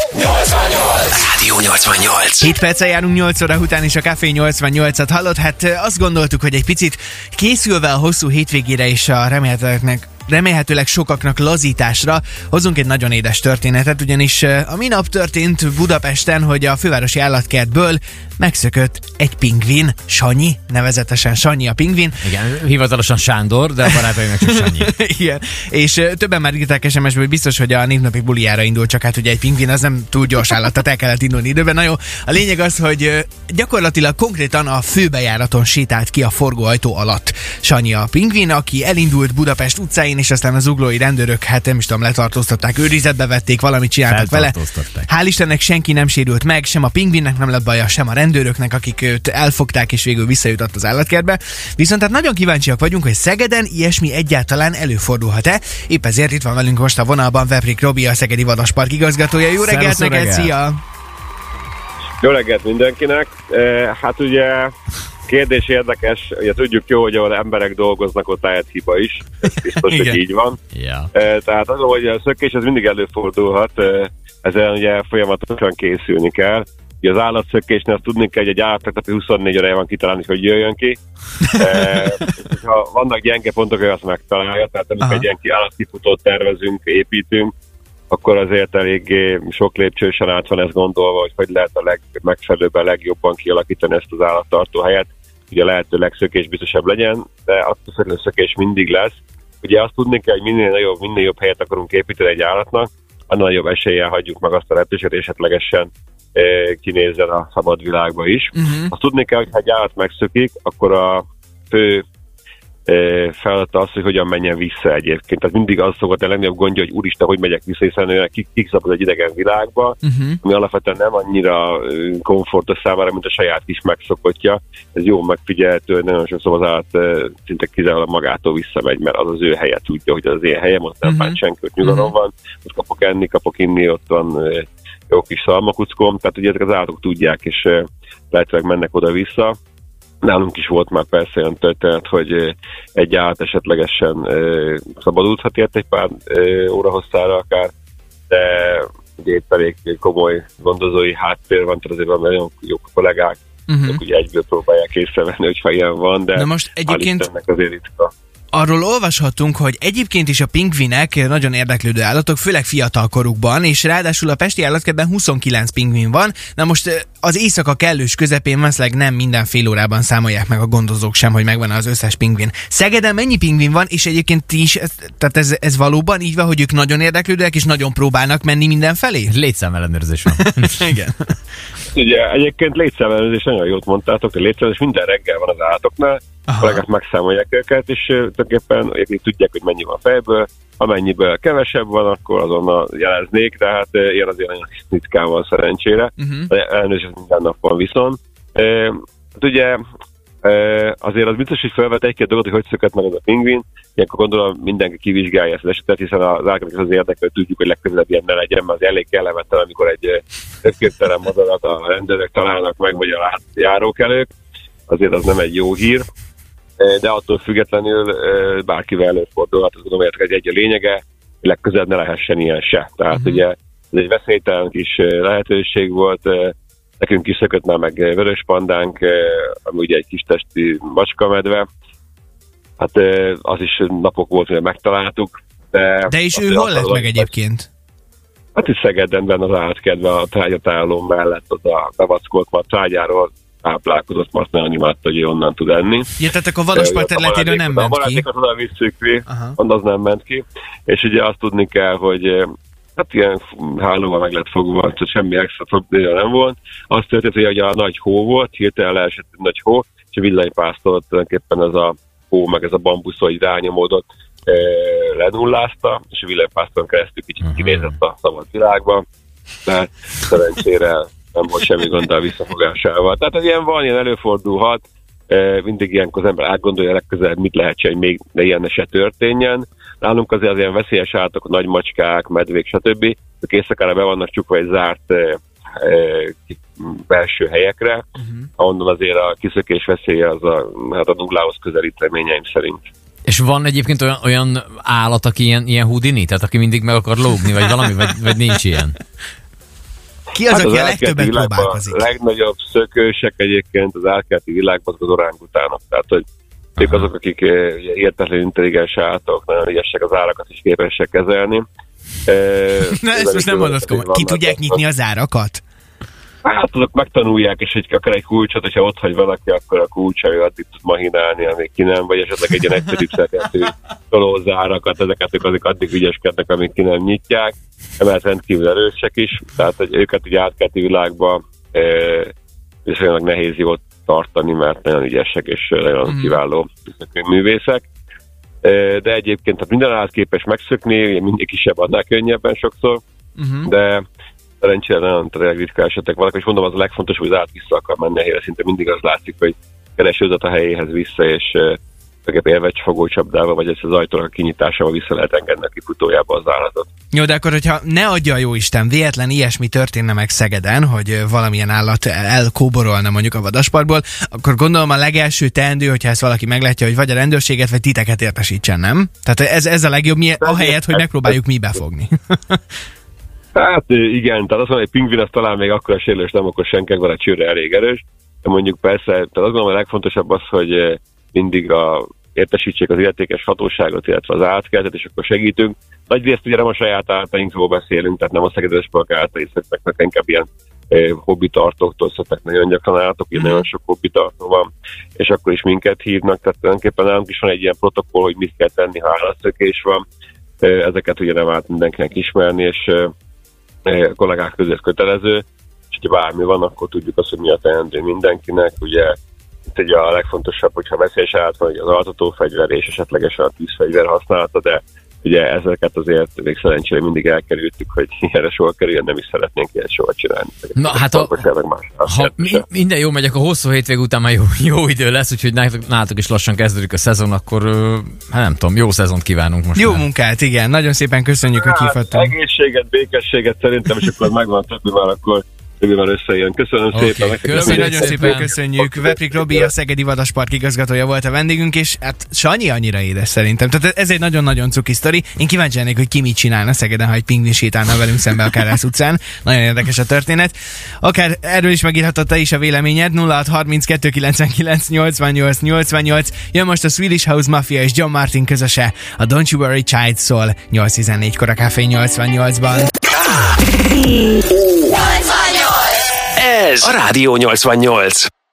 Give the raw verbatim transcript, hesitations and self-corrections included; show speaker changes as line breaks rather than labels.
nyolcvannyolc Rádió nyolcvannyolc.
hét perccel járunk nyolc óra után, és a Café nyolcvannyolcat hallott. Hát azt gondoltuk, hogy egy picit készülve a hosszú hétvégére és a remélhetőleg remélhetőleg sokaknak lazításra hozunk egy nagyon édes történetet, ugyanis a minap történt Budapesten, hogy a fővárosi állatkertből megszökött egy pingvin, Sanyi, nevezetesen Sanyi a pingvin.
Igen, hivatalosan Sándor, de a barátaimnak csak Sanyi.
Igen, és többen már írták es em es-ből, hogy biztos, hogy a névnapi bulijára indul, csak hát ugye egy pingvin az nem túl gyors állat, tehát el kellett indulni időben. Na jó, a lényeg az, hogy gyakorlatilag konkrétan a főbejáraton sétált ki a forgóajtó alatt Sanyi a pingvin, aki elindult Budapest utcáin, és aztán az zuglói rendőrök, hát nem is tudom, letartóztatták, őrizetbe vették, valamit csináltak vele. Hál' Istennek senki nem sérült meg, sem a pingvinnek nem lett baja, sem a rendőröknek, akik őt elfogták, és végül visszajutott az állatkertbe. Viszont hát nagyon kíváncsiak vagyunk, hogy Szegeden ilyesmi egyáltalán előfordulhat-e. Épp ezért itt van velünk most a vonalban Veprik Robi, a Szegedi Vadaspark igazgatója. Jó reggelt neked, szia!
Jó reggelt mindenkinek! Hát ugye kérdés érdekes, ugye tudjuk jó, hogy ahol emberek dolgoznak, ott lehet hiba is, ez biztos, hogy így van.
Yeah.
Tehát az, hogy a szökés az mindig előfordulhat, ezzel ugye folyamatosan készülni kell. Ugye az állatszökésnél azt tudni kell, hogy egy állatnak tehát huszonnégy órája van kitalálni, hogy jöjjön ki. Ha vannak gyenge pontok, hogy azt megtalálja, tehát amikor egy ilyen állatkifutót tervezünk, építünk, akkor azért eléggé sok lépcsősen át van ezt gondolva, hogy hogy lehet a legmegfelelőbben, legjobban kialakítani ezt az állattartó helyet, ugye a lehető legszökésbiztosabb legyen, de attól függően szökés mindig lesz. Ugye azt tudni kell, hogy minél nagyobb, minél jobb helyet akarunk építeni egy állatnak, annál nagyobb eséllyel hagyjuk meg azt a lehetőséget, és esetlegesen e, kinézzen a szabad világba is. Uh-huh. Azt tudni kell, hogy ha egy állat megszökik, akkor a fő feladata az, hogy hogyan menjen vissza egyébként. Tehát mindig az szokott a legnagyobb gondja, hogy úristen, hogy megyek vissza, hiszen kik, kik szabad egy idegen világba, uh-huh. ami alapvetően nem annyira komfortos számára, mint a saját kis megszokottja. Ez jó megfigyelhető, hogy nagyon sokszor az állat szinte kizárólag magától visszamegy, mert az az ő helye, tudja, hogy az az én helyem, ott nem uh-huh. bánt senki, ott nyugalom uh-huh. van, ott kapok enni, kapok inni, ott van jó kis szalmakuckom, tehát ugye ezek az állatok tudják, és lehetőleg mennek oda-vissza. Nálunk is volt már persze olyan történet, hogy egy állat esetlegesen szabadulthat ért egy pár óra hosszára akár, de ugye itt elég komoly gondozói háttér van, tehát azért van nagyon jó kollégák, uh-huh. ők ugye egyből próbálják észrevenni, hogyha ilyen van, de
na most egyébként
azért ritka.
Arról olvashatunk, hogy egyébként is a pingvinek nagyon érdeklődő állatok, főleg fiatalkorukban, és ráadásul a pesti állatkertben huszonkilenc pingvin van. Na most az éjszaka kellős közepén valószínűleg nem minden fél órában számolják meg a gondozók sem, hogy megvan az összes pingvin. Szegeden mennyi pingvin van, és egyébként ti is, ez, tehát ez, ez valóban így van, hogy ők nagyon érdeklődőek, és nagyon próbálnak menni mindenfelé?
Létszámellenőrzés van.
Igen.
Ugye egyébként létszámellenőrzés, nagyon jót mondtátok, hogy létszámellenőrzés minden reggel van az állatoknál, a kollégák megszámolják őket, és tulajdonképpen tudják, hogy mennyi van fejből, amennyiből kevesebb van, akkor azonnal jeleznék, de hát ilyen azért nagyon ritkán van szerencsére. Uh-huh. Ellenőrzés minden nap van viszont. E, hát ugye e, azért az biztos, hogy felvet egy-két dolgot, hogy hogy szökött meg az a pingvin, ilyenkor gondolom mindenki kivizsgálja ezt az esetet, hiszen az állatoknak az érdekel, hogy tudjuk, hogy legközelebb ilyen ne legyen, mert az elég kellemetlen, amikor egy tökéletlen madarat a rendőrök találnak meg, vagy a járókelők, azért az nem egy jó hír. De attól függetlenül bárkivel előfordulhat, azt gondolom, hogy egy a lényege, legközelebb ne lehessen ilyen se. Tehát uh-huh. ugye ez egy veszélytelen kis lehetőség volt, nekünk is szökött már meg vörös pandánk, ami ugye egy kis testű macskamedve, hát az is napok volt, hogy megtaláltuk. De,
de és ő hol lett meg egyébként?
Hát is Szegeden benne az állatkertben, a trágyatálló mellett, az a bevackolt már trágyáról táplálkozott, mert azt nagyon imádta, hogy onnan tud enni.
Ja, tehát akkor a Vadaspark területéről nem ment ki.
A maradékot oda visszük ki, az nem ment ki. És ugye azt tudni kell, hogy hát ilyen hálóval meg lett fogva, tehát semmi extra probléma nem volt. Azt történt, hogy ugye a nagy hó volt, hirtelen leesett egy nagy hó, és a villanypásztor tulajdonképpen ez a hó, meg ez a bambusz, hogy rányomódott, e, lenullázta, és a villanypásztoron keresztül kicsit kinézett a szabad világban, de szerencsére nem volt semmi gond a visszafogásával. Tehát ez ilyen van, ilyen előfordulhat, e, mindig ilyenkor az ember átgondolja legközelebb, mit lehet hogy még ne ilyen se történjen. Nálunk azért az ilyen veszélyes állatok, nagy macskák, medvék, stb. Ők éjszakára be vannak csukva egy zárt e, e, belső helyekre, uh-huh. ahonnan azért a kiszökés veszélye az a, hát a nullához közelít reményeim szerint.
És van egyébként olyan, olyan állat, aki ilyen, ilyen Houdini? Tehát aki mindig meg akar lógni, vagy valami, vagy, vagy nincs ilyen?
Ki az,
Hát
aki
az
a legtöbbet próbálkozik?
A legnagyobb szökősek egyébként az árkeleti világban az orángutánok. Tehát, hogy ők azok, akik értetlenül intelligens állatok, nagyon ügyesek, az árakat is képesek kezelni.
Na ezt most nem mondod komolyan. Ki tudják nyitni az árakat?
Hát azok megtanulják, és hogy akár egy kulcsot, hogyha ott hagy valaki, akkor a kulcsa ő addig tud mahinálni, amíg ki nem, vagy esetleg egy ilyen egyszerűbb szerkezetű tolózárakat, ezeket ők azok addig ügyeskednek, amíg ki nem nyitják, emellett rendkívül erősek is, tehát hogy őket ugye átkeleti világban e, viszonylag nehéz jót tartani, mert nagyon ügyesek és nagyon mm. kiváló művészek. E, de egyébként tehát minden állat képes megszökni, mindig kisebb, annál könnyebben sokszor, uh-huh. de szerencsére nagyon ritka esetek vannak, és mondom, az a legfontosabb, hogy az állat vissza akar menni a helyre, szinte mindig az látszik, hogy keresőzött a helyéhez vissza, és uh, élvegy fogócsapdával, vagy ezt az ajtónak a kinyitásával vissza lehet engedni a kifutójába az állatot.
Jó, de akkor, hogyha ne adja a jóisten, véletlen ilyesmi történne meg Szegeden, hogy valamilyen állat elkóborolna mondjuk a vadasparkból, akkor gondolom a legelső teendő, hogyha ezt valaki meglátja, hogy vagy a rendőrséget, vagy titeket értesítsen, nem? Tehát ez, ez a legjobb, mi, ahelyett, hogy megpróbáljuk mi befogni.
Hát igen, tehát azt mondom, hogy pingvin az talán még akkor a sérülés nem okoz senkinek, mert a csőre elég erős. De mondjuk persze, tehát azt gondolom, hogy a legfontosabb az, hogy mindig a, értesítsék az illetékes hatóságot, illetve az állatkertet, és akkor segítünk. Nagyrészt ugye nem a saját állatainkról beszélünk, tehát nem a Szegedi Park állatai szoktak, mert inkább ilyen eh, hobbitartóktól szoktak nagyon gyakran állatok, így nagyon sok hobbitartó van, és akkor is minket hívnak, tehát tulajdonképpen nálunk is van egy ilyen protokoll, hogy mit kell tenni, ha állatszökés van. Eh, ezeket ugye nem állt mindenkinek ismerni, és eh, a kollégák között kötelező, és ha bármi van, akkor tudjuk azt, hogy mi a teendő mindenkinek. Ugye itt ugye a legfontosabb, hogyha veszélyes állat van, hogy az altatófegyver és esetlegesen a tűzfegyver használata, de ugye ezeket azért még szerencsére mindig elkerültük, hogy ilyenre sor kerüljön, nem is szeretnénk ilyen soha csinálni.
Na hát a, ha mi, minden jó megy, akkor hosszú hétvég után már jó, jó idő lesz, úgyhogy nálatok, nálatok is lassan kezdődik a szezon, akkor hát nem tudom, jó szezont kívánunk most.
Jó
már.
Munkát, igen, nagyon szépen köszönjük, hát, hogy hívhattunk.
Egészséget, békességet szerintem, és akkor megvan többi már, akkor többivel összejön. Köszönöm okay, szépen.
Köszönjük, nagyon szépen köszönjük. Veprik Robi, a Szegedi Vadaspark igazgatója volt a vendégünk, és hát Sanyi annyira édes szerintem. Tehát ez egy nagyon-nagyon cuki sztori. Én kíváncsi lennék, hogy ki mit csinálna Szegeden, ha egy pingvin sétálna velünk szembe a Kárász utcán. Nagyon érdekes a történet. Akár erről is megírhatod te is a véleményed. nulla hat harminckettő kilencvenkilenc nyolcvannyolc nyolcvannyolc. Jön most a Swedish House Mafia és John Martin közöse. A Don't You Worry Child szól nyolc tizennégy-kor a Café nyolcvannyolcban.
Ez a Rádió nyolcvannyolc.